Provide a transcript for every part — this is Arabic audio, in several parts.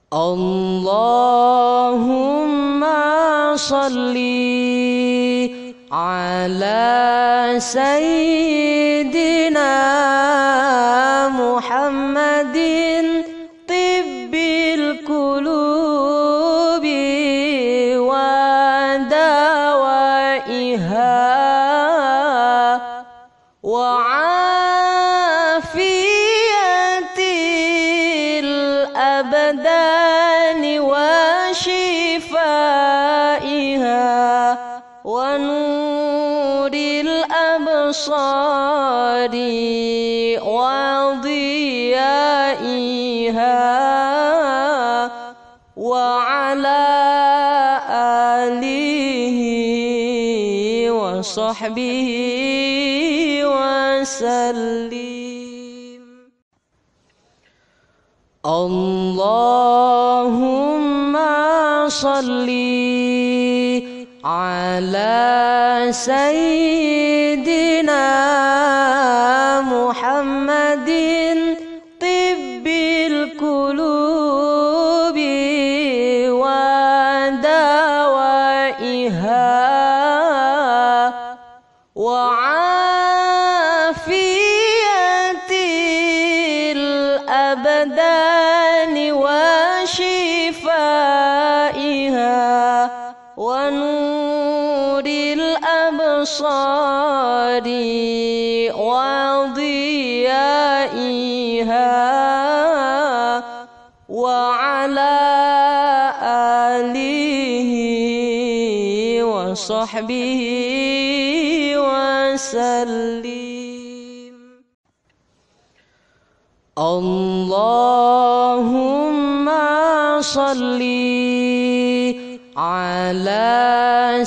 اللهم صل على سيدنا محمد طب القلوب ودوائها وعافية الأبدان وشفائها ونور الأبصار وضيائها وعلى آله وصحبه وسلم. اللهم صل على سيدنا محمد طب القلوب ودوائها وعافية الأبدان وشفائها ونور الأبصار وضيائها وعلى آله وصحبه وسلم. اللهم صل على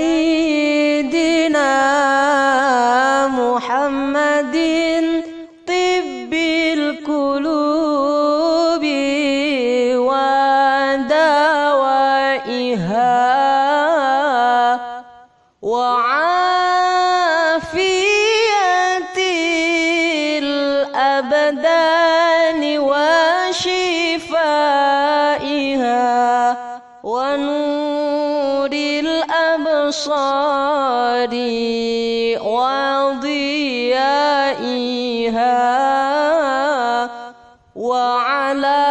سيدنا محمد طب القلوب ودوائها وعافية الأبدان وشفائها ونور الأبصار وضيائها وعلى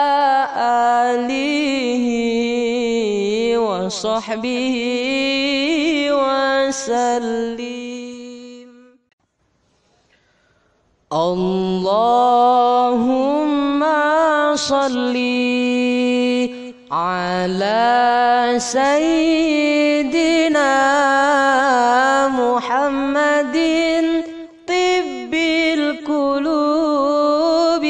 آله وصحبه وسلم. اللهم صل على سيدنا محمد طب القلوب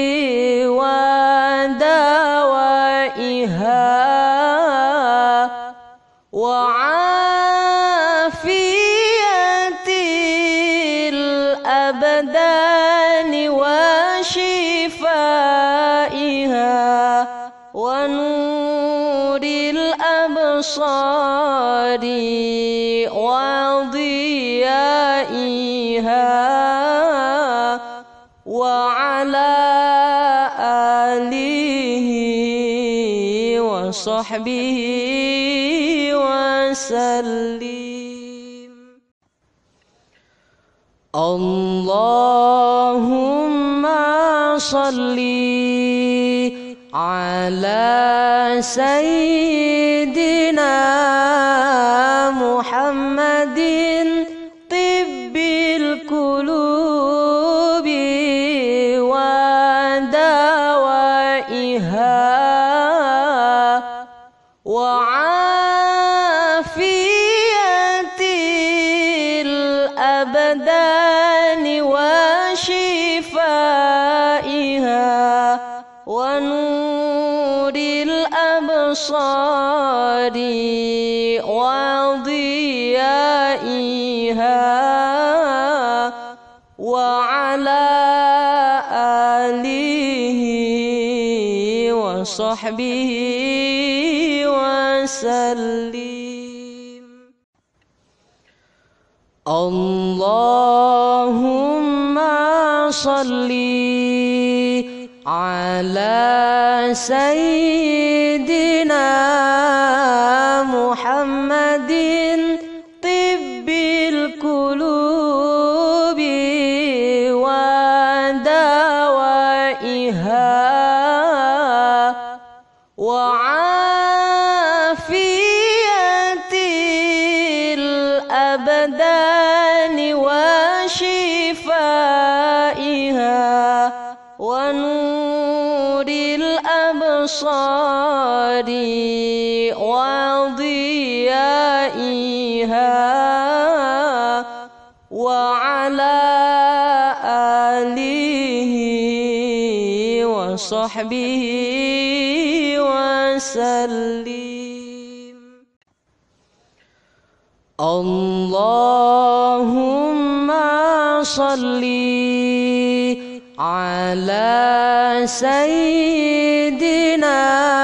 ودوائها وعافية الأبدان وشفائها ونور الأبصار وضيائها وعلى آله وصحبه وسلم. اللهم صل على سيدنا محمد طب القلوب ودوائها وعافية الأبدان وشفائها ونور الأبصار وضيائها وعلى آله وصحبه وسلم. اللهم صل على سيدنا محمد طب القلوب ودوائها وعافية الأبدان وشفائها ونور الأبصار وضيائها وعلى آله وصحبه وسلم. اللهم صل على سيدنا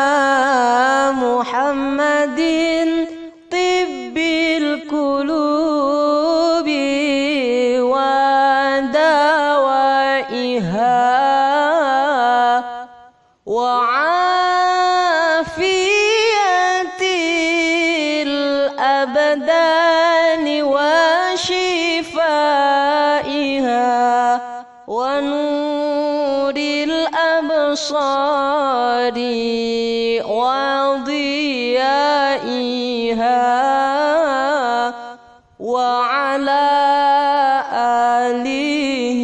محمد طب القلوب ودوائها وعافية الأبدان وشفائها ونور الأبصار وضيائها وعلى آله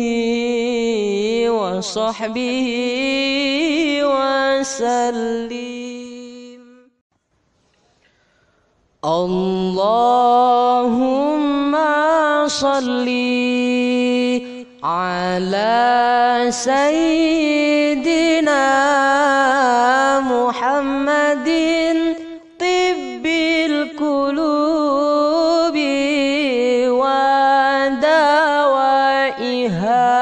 وصحبه وسلم. اللهم صل على سيدنا محمد طب القلوب ودوائها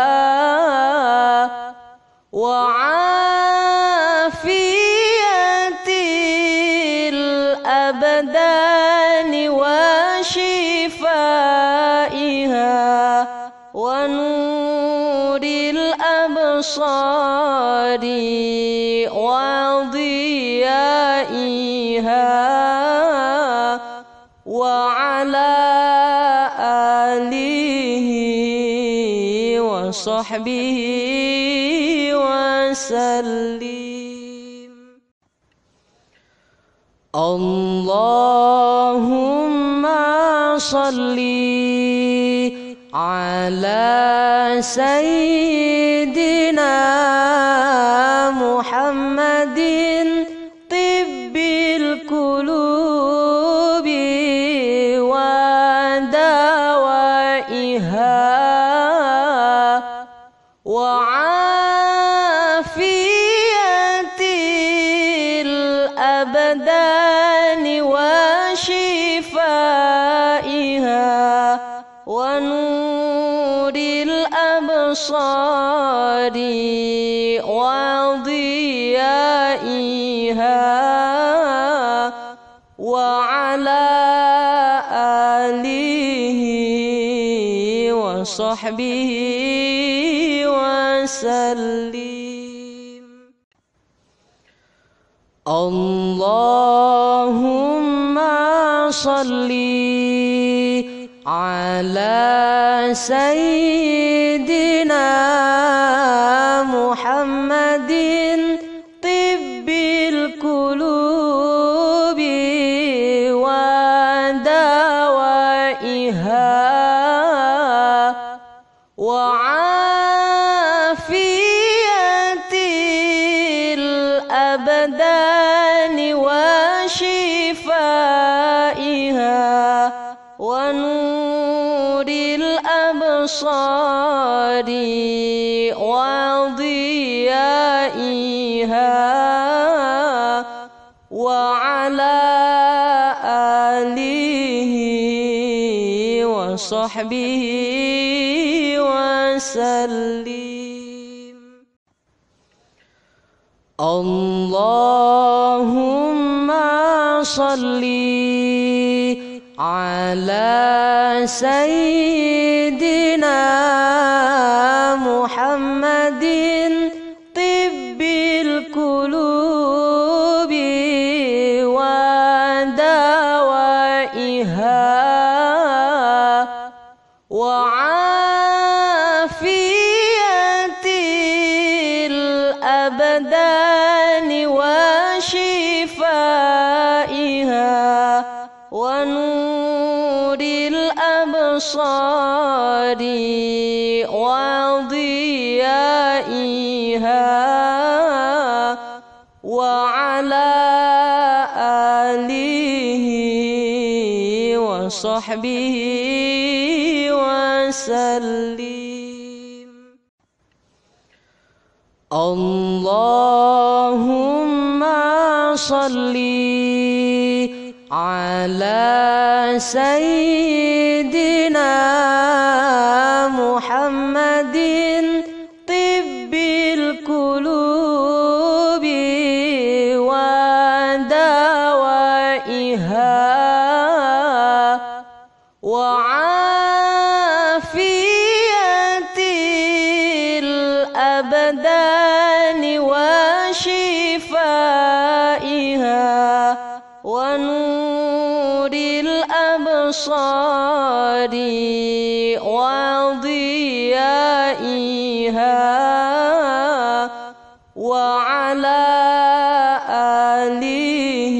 وعافية الأبدان وشفائها ونور الأبصار وضيائها وعلى آله وصحبه وسلم. اللهم صل على سيدنا محمد طب القلوب ودوائها وعافية الأبدان وشفائها ونور الأبصار وضيائها وعلى آله وصحبه وسلم. اللهم صل على سيدنا محمد طب القلوب ودوائها وعافية الأبدان وشفائها ونور الأبصار وضيائها وعلى آله وصحبه وسلم. اللهم صل على سيدنا محمد طب الأبدان وشفائها ونور الأبصار وضيائها وعلى آله وصحبه وسلم. اللهم صل على سيدنا محمد طب القلوب ودوائها وعافية الأبدان وشفائها ونور الأبصار وضيائها وعلى آله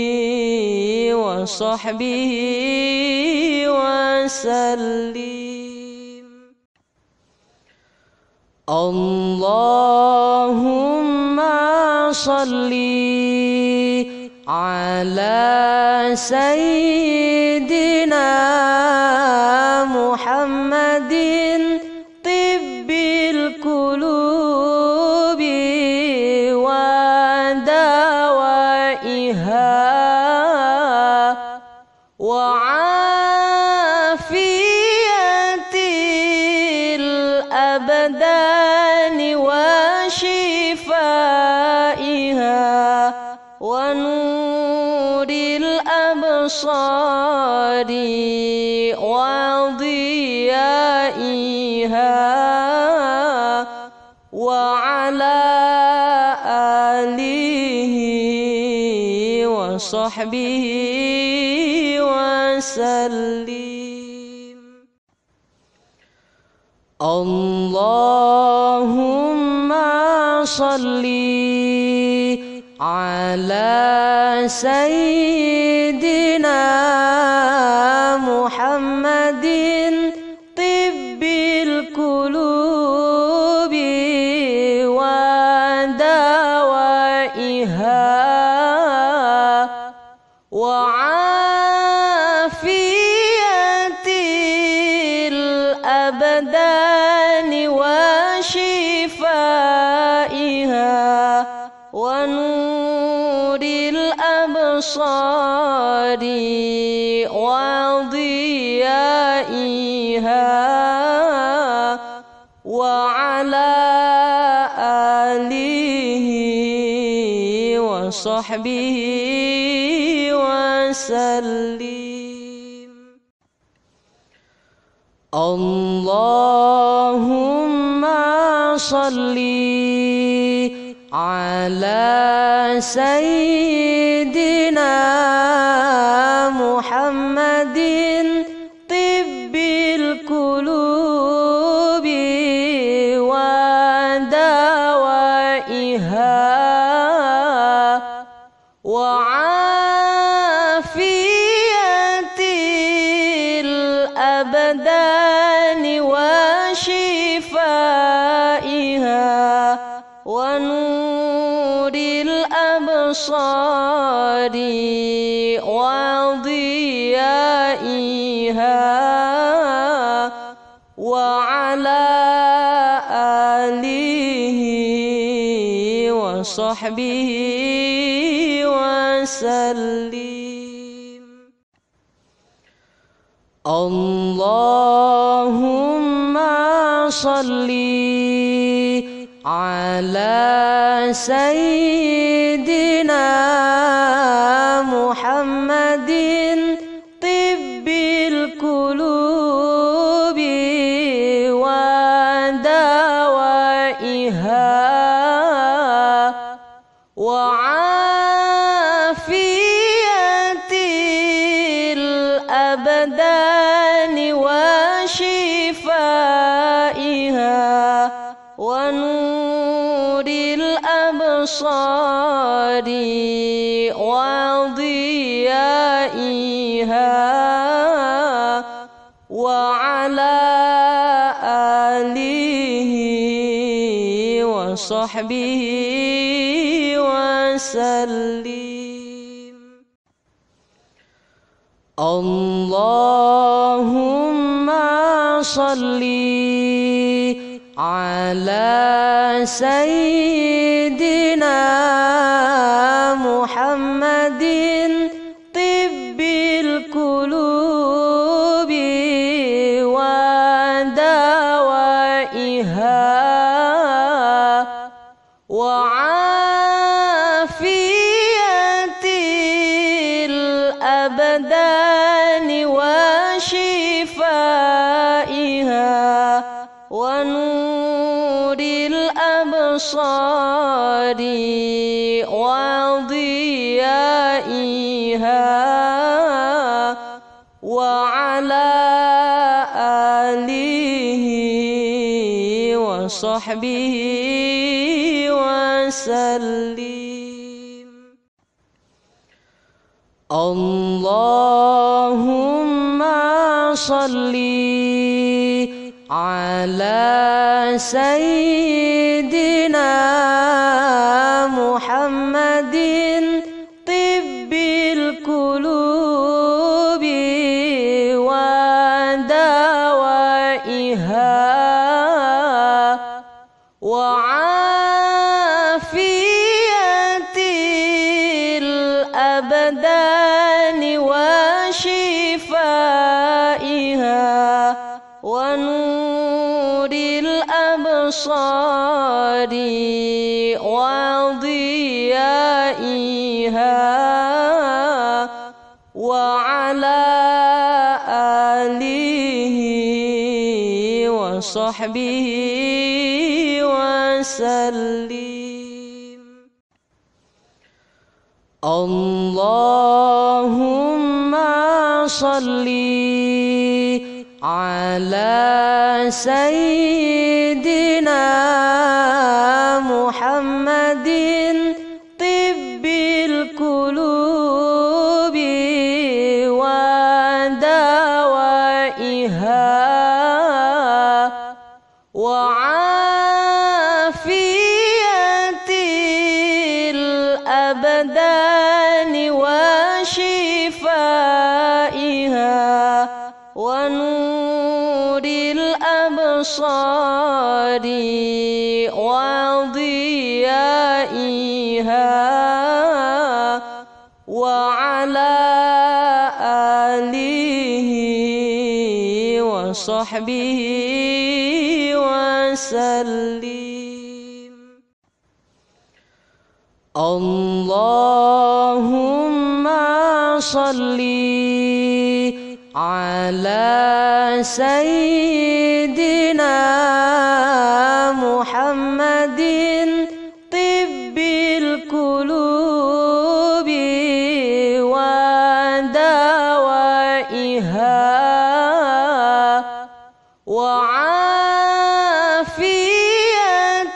وصحبه وسلم. اللهم صل على سيدنا محمد طب القلوب ودوائها وعافية الأبدان وشفائها ونور الأبصار وضيائها وعلى آله وصحبه وسلم. اللهم صل على سيدنا محمد طب القلوب ودوائها وعافية الأبدان وشفائها ونور الأبصار وضيائها وعلى آله وصحبه وسلم. اللهم صل على سيدنا محمد طب القلوب ودوائها وعافية الأبدان وشفائها ونور الأبصار وضيائها وعلى آله وصحبه وسلم. اللهم صل على سيدنا محمد طب القلوب ودوائها وعافية الأبدان وشفائها ونور الأبصار الأبصار وضيائها وعلى آله وصحبه وسلم. اللهم صل على سيدنا محمد طب القلوب ودوائها وعافية الأبدان وشفائها ونور الأبصار وضيائها وعلى آله وصحبه وسلم. اللهم صل على سيدنا محمد طب القلوب ودوائها وعافية الأبدان وشفائها ونور الأبصار وضيائها وعلى آله وصحبه وسلم. اللهم صل على سيدنا محمد طب القلوب ودوائها وعافية الأبدان وشفائها ونور الأبصار وضيائها وعلى آله وصحبه وسلم. اللهم صل على سيدنا محمد طب القلوب ودوائها وعافية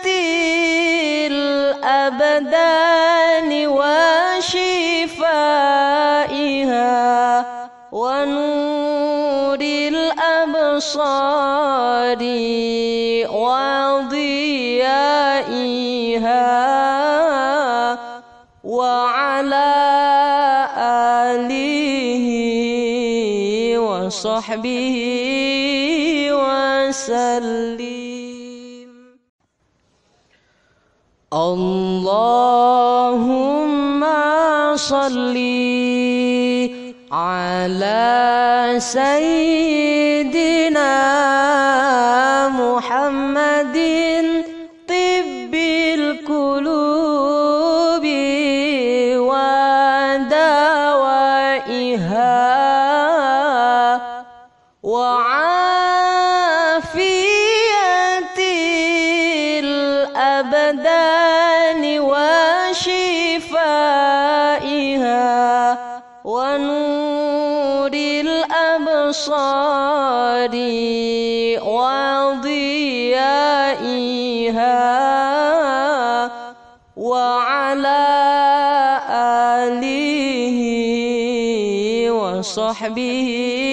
الأبدان وشفائها ونور الأبصار وضيائها وعلى آله وصحبه وسلم. اللهم صل على سيدنا محمد طب القلوب ودوائها وعافية الأبدان وشفائها ونور الأبصار وضيائها وعلى آله وصحبه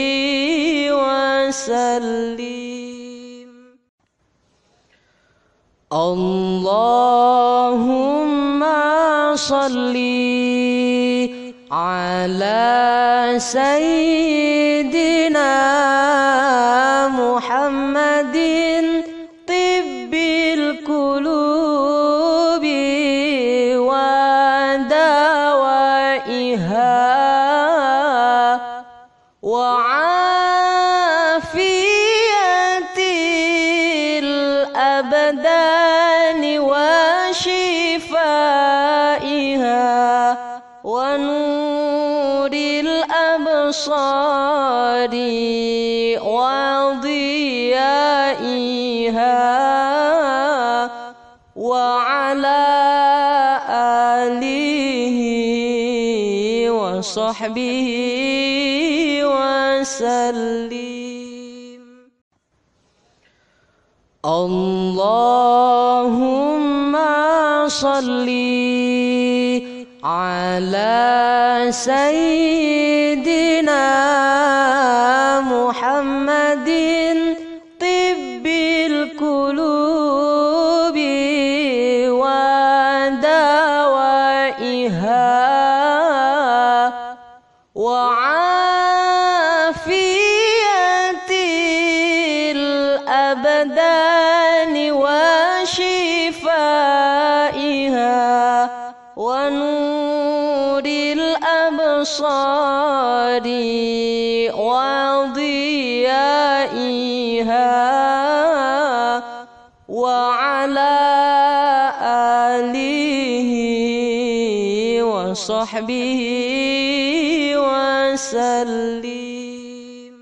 وسلم. اللهم صل على سيدنا محمد طب القلوب ودوائها وعافية الأبدان وشفائها ونور الأبصار وضيائها وعلى آله وصحبه وسلم. اللهم صل على سيدنا محمد طب القلوب ودوائها وعافية الأبدان وشفائها ونور الأبصار وضيائها وعلى آله وصحبه وسلم.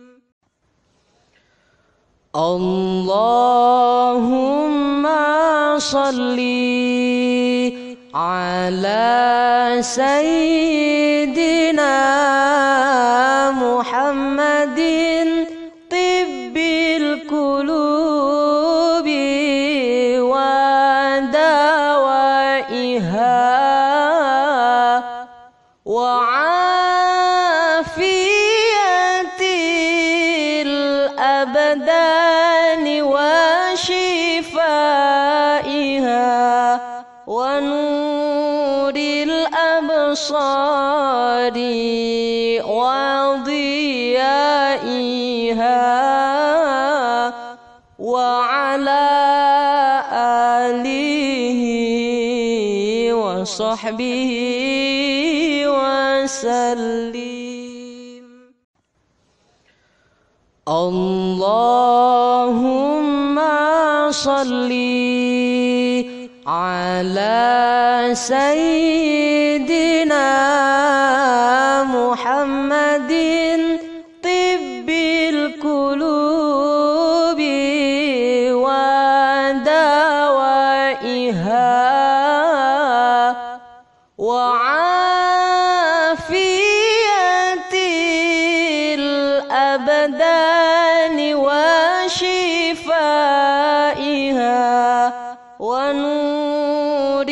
اللهم صل على سيدنا محمد طب القلوب ودوائها وعافية الأبدان وشفائها ونور الأبصار وضيائها وعلى آله وصحبه وسلم. اللهم صل على سيدنا محمد طب القلوب ودوائها وعافية الأبدان وشفائها ونور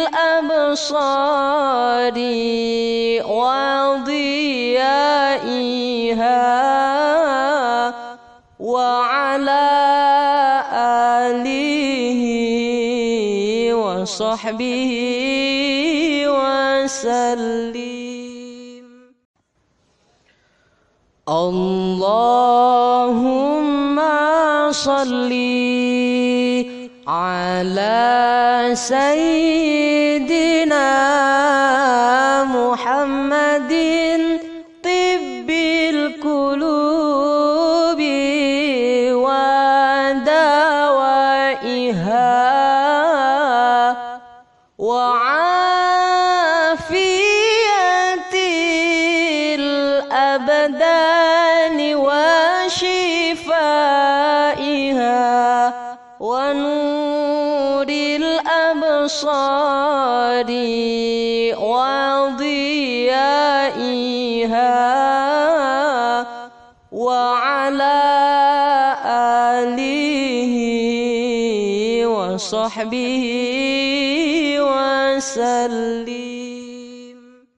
الأبصار وضيائها وعلى آله وصحبه وسلم. اللهم صل على سيدنا محمد طب القلوب ودوائها وعافية الأبدان وشفائها ونور الأبصار وضيائها وعلى آله وصحبه وسلم.